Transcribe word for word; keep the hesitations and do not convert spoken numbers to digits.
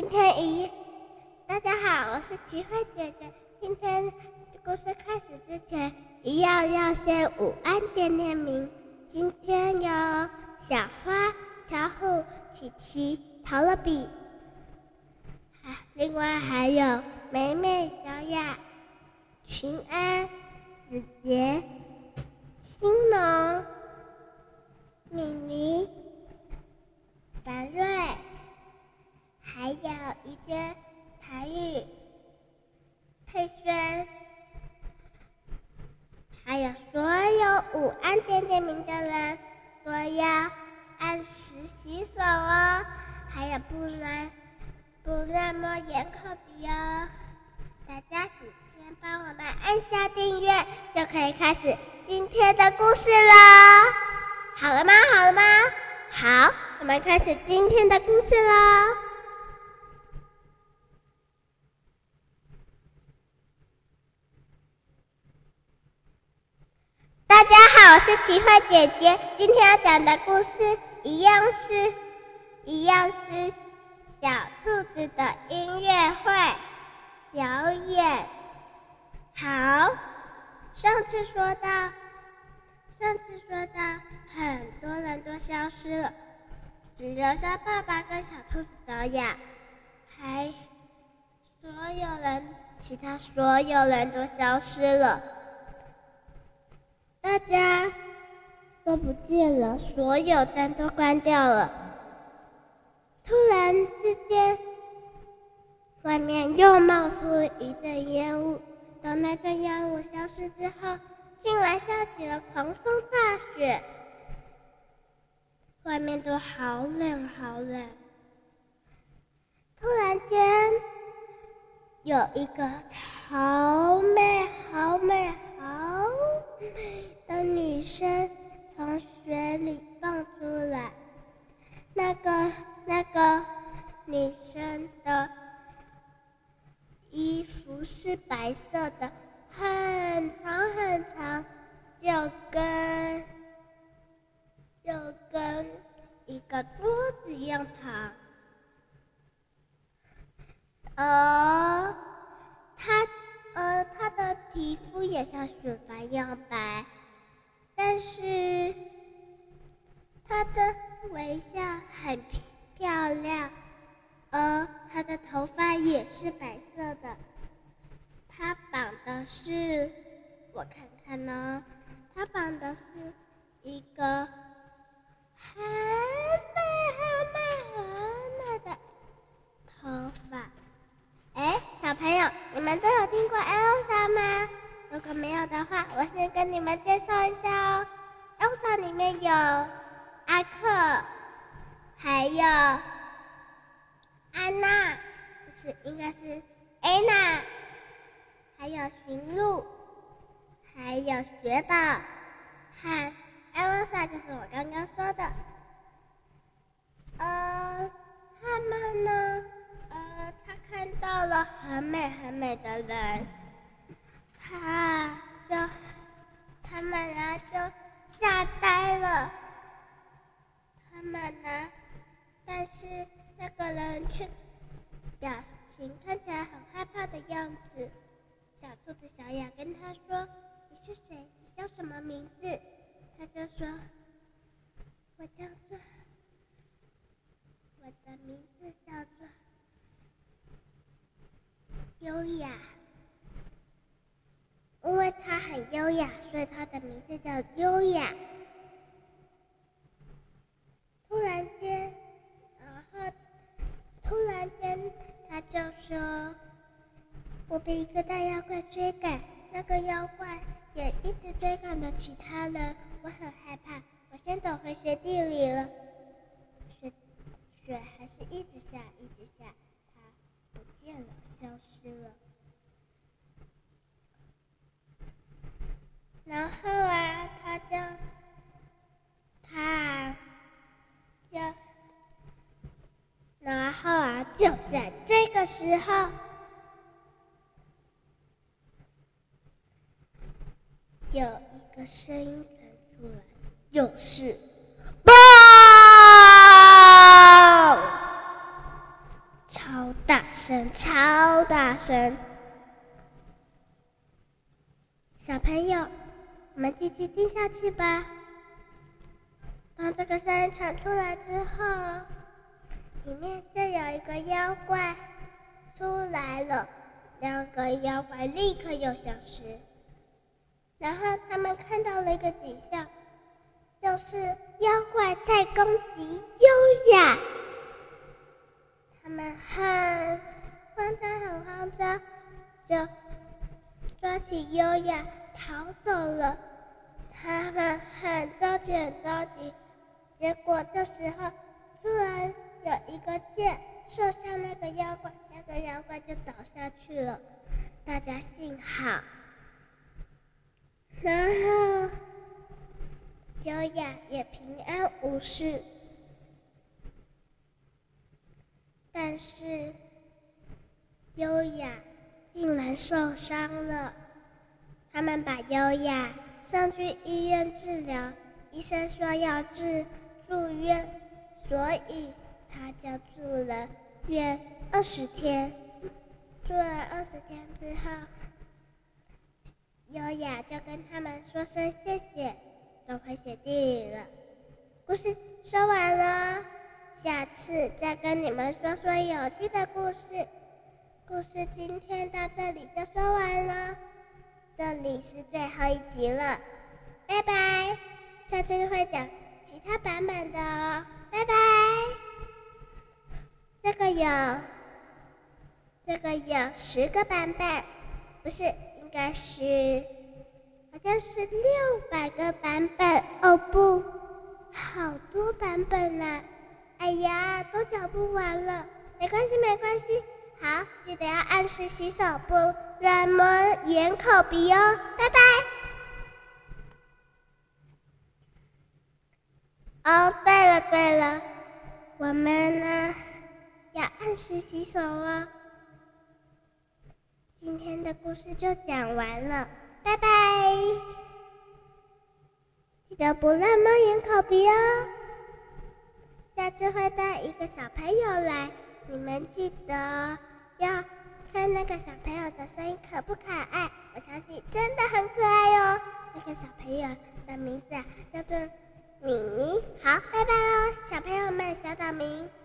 今天一，大家好，我是齐慧姐姐。今天故事开始之前，一样要先午安点点名。今天有小花、巧虎、琪琪、陶乐比，还另外还有美美、小雅、群安、子杰、新农、敏敏、樊瑞，还有于杰、台语、佩轩，还有所有午安点点名的人都要按时洗手哦，还有不能不乱摸眼口鼻哦。大家先帮我们按下订阅，就可以开始今天的故事了。好了吗？好了吗？好，我们开始今天的故事了。大家好，我是齐慧姐姐。今天要讲的故事一样是，一样是小兔子的音乐会表演。好，上次说到，上次说到很多人都消失了，只留下爸爸跟小兔子小雅，还所有人，其他所有人都消失了。大家都不见了，所有灯都关掉了。突然之间，外面又冒出了一阵烟雾。当那阵烟雾消失之后，竟然下起了狂风大雪。外面都好冷好冷。突然间，有一个好美好美好美的女生从雪里放出来。那个那个女生的衣服是白色的，很长很长，就跟就跟一个桌子一样长。而她呃，她的皮肤也像雪白一样白，但是她的微笑很漂亮，而她的头发也是白色的。她绑的是，我看看呢，她绑的是一个很美很美很美的头发。哎，小朋友，你们都有听过 Elsa 吗？如果没有的话，我先跟你们介绍一下哦。Elsa 里面有阿克，还有安娜，不是，应该是安娜，还有驯鹿，还有雪宝，和 Elsa 就是我刚刚说的。呃，他们呢？呃，他看到了很美很美的人，他就他们呢就吓呆了。他们呢，但是那个人却表情看起来很害怕的样子。小兔子小雅跟他说：“你是谁？你叫什么名字？”他就说：“我叫做，我的名字叫做优雅，因为他很优雅，所以他的名字叫优雅。”突然间，然后突然间，他就说：“我被一个大妖怪追赶，那个妖怪也一直追赶着其他人，我很害怕，我先躲回雪地里了。雪雪还是一直下，一直下，它不见了，消失了。然后啊，他就他就然后啊，就在这个时候，有一个声音传出来，又是爆！超声，超大声。小朋友，我们继续听下去吧。当这个声音传出来之后，里面就有一个妖怪出来了，两个妖怪立刻又消失。然后他们看到了一个景象，就是妖怪在攻击优雅。他们很慌张，很慌张，就抓起优雅逃走了。他们很着急，很着急。结果这时候，突然有一个箭射向那个妖怪，那个妖怪就倒下去了。大家幸好。然后，优雅也平安无事，但是优雅竟然受伤了。他们把优雅送去医院治疗，医生说要治住院，所以他就住了院二十天。住了二十天之后，优雅就跟他们说声谢谢，都回雪地里了。故事说完了，下次再跟你们说说有趣的故事。故事今天到这里就说完了，这里是最后一集了，拜拜。下次会讲其他版本的哦，拜拜。这个有，这个有十个版本，不是。应该是，好像是六百个版本哦，不，好多版本啦！哎呀，都讲不完了，没关系，没关系。好，记得要按时洗手，不乱摸眼、口、鼻哦。拜拜。哦，对了对了，我们呢要按时洗手哦。今天的故事就讲完了，拜拜！记得不乱摸眼、口、鼻哦。下次会带一个小朋友来，你们记得要看那个小朋友的声音可不可爱。我相信真的很可爱哦。那个小朋友的名字啊叫做米妮。好，拜拜喽，小朋友们，小岛民。